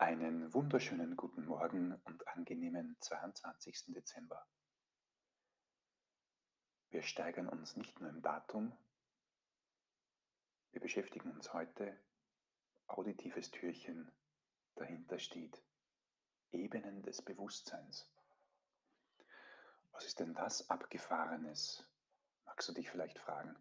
Einen wunderschönen guten Morgen und angenehmen 22. Dezember. Wir steigern uns nicht nur im Datum, wir beschäftigen uns heute, auditives Türchen, dahinter steht Ebenen des Bewusstseins. Was ist denn das Abgefahrenes? Magst du dich vielleicht fragen?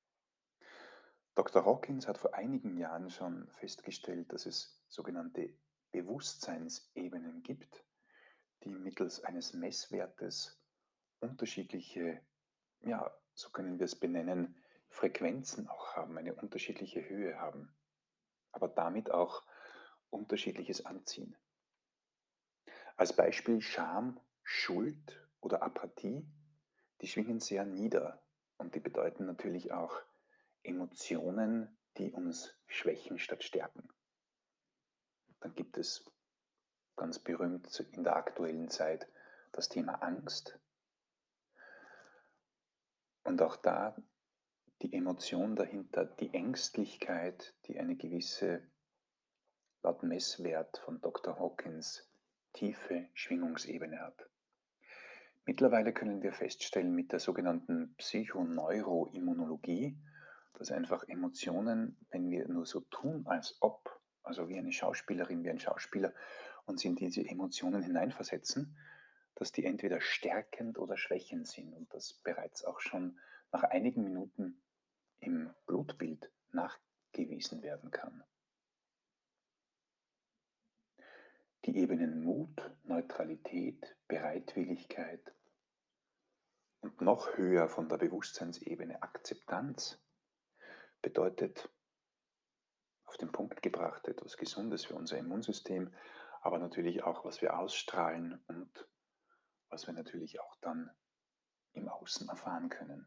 Dr. Hawkins hat vor einigen Jahren schon festgestellt, dass es sogenannte Bewusstseinsebenen gibt, die mittels eines Messwertes unterschiedliche, ja, so können wir es benennen, Frequenzen auch haben, eine unterschiedliche Höhe haben, aber damit auch unterschiedliches anziehen. Als Beispiel Scham, Schuld oder Apathie, die schwingen sehr nieder und die bedeuten natürlich auch Emotionen, die uns schwächen statt stärken. Dann gibt es ganz berühmt in der aktuellen Zeit das Thema Angst. Und auch da die Emotion dahinter, die Ängstlichkeit, die eine gewisse, laut Messwert von Dr. Hawkins, tiefe Schwingungsebene hat. Mittlerweile können wir feststellen mit der sogenannten Psychoneuroimmunologie, dass einfach Emotionen, wenn wir nur so tun, als ob, also wie eine Schauspielerin, wie ein Schauspieler, uns in diese Emotionen hineinversetzen, dass die entweder stärkend oder schwächend sind und das bereits auch schon nach einigen Minuten im Blutbild nachgewiesen werden kann. Die Ebenen Mut, Neutralität, Bereitwilligkeit und noch höher von der Bewusstseinsebene Akzeptanz bedeutet auf den Punkt gebracht etwas Gesundes für unser Immunsystem, aber natürlich auch, was wir ausstrahlen und was wir natürlich auch dann im Außen erfahren können.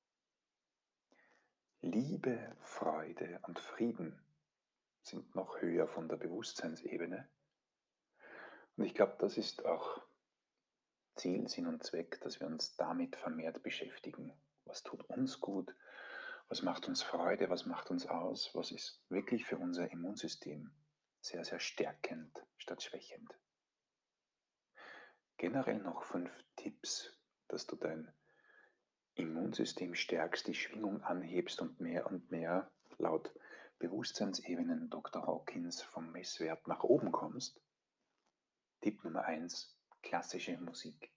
Liebe, Freude und Frieden sind noch höher von der Bewusstseinsebene. Und ich glaube, das ist auch Ziel, Sinn und Zweck, dass wir uns damit vermehrt beschäftigen. Was tut uns gut? Was macht uns Freude? Was macht uns aus? Was ist wirklich für unser Immunsystem sehr, sehr stärkend statt schwächend? Generell noch 5 Tipps, dass du dein Immunsystem stärkst, die Schwingung anhebst und mehr laut Bewusstseinsebenen Dr. Hawkins vom Messwert nach oben kommst. Tipp Nummer 1: klassische Musik.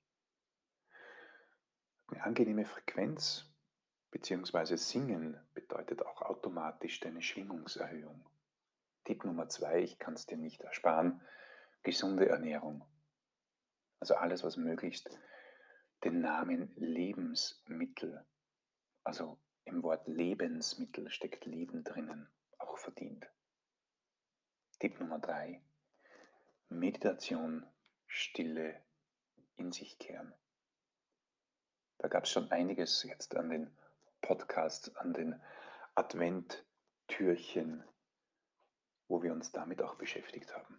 Eine angenehme Frequenz bzw. Singen bedeutet auch automatisch deine Schwingungserhöhung. Tipp Nummer 2: ich kann es dir nicht ersparen, gesunde Ernährung. Also alles, was möglichst den Namen Lebensmittel, also im Wort Lebensmittel steckt Leben drinnen, auch verdient. Tipp Nummer 3: Meditation, Stille, in sich kehren. Da gab es schon einiges jetzt an den Podcasts, an den Adventtürchen, wo wir uns damit auch beschäftigt haben.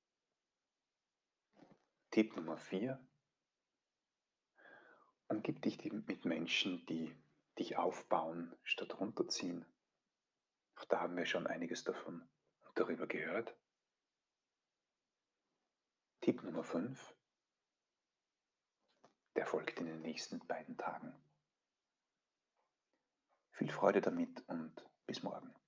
Tipp Nummer 4: umgib dich mit Menschen, die dich aufbauen statt runterziehen. Auch da haben wir schon einiges davon und darüber gehört. Tipp Nummer 5: der folgt in den nächsten beiden Tagen. Viel Freude damit und bis morgen.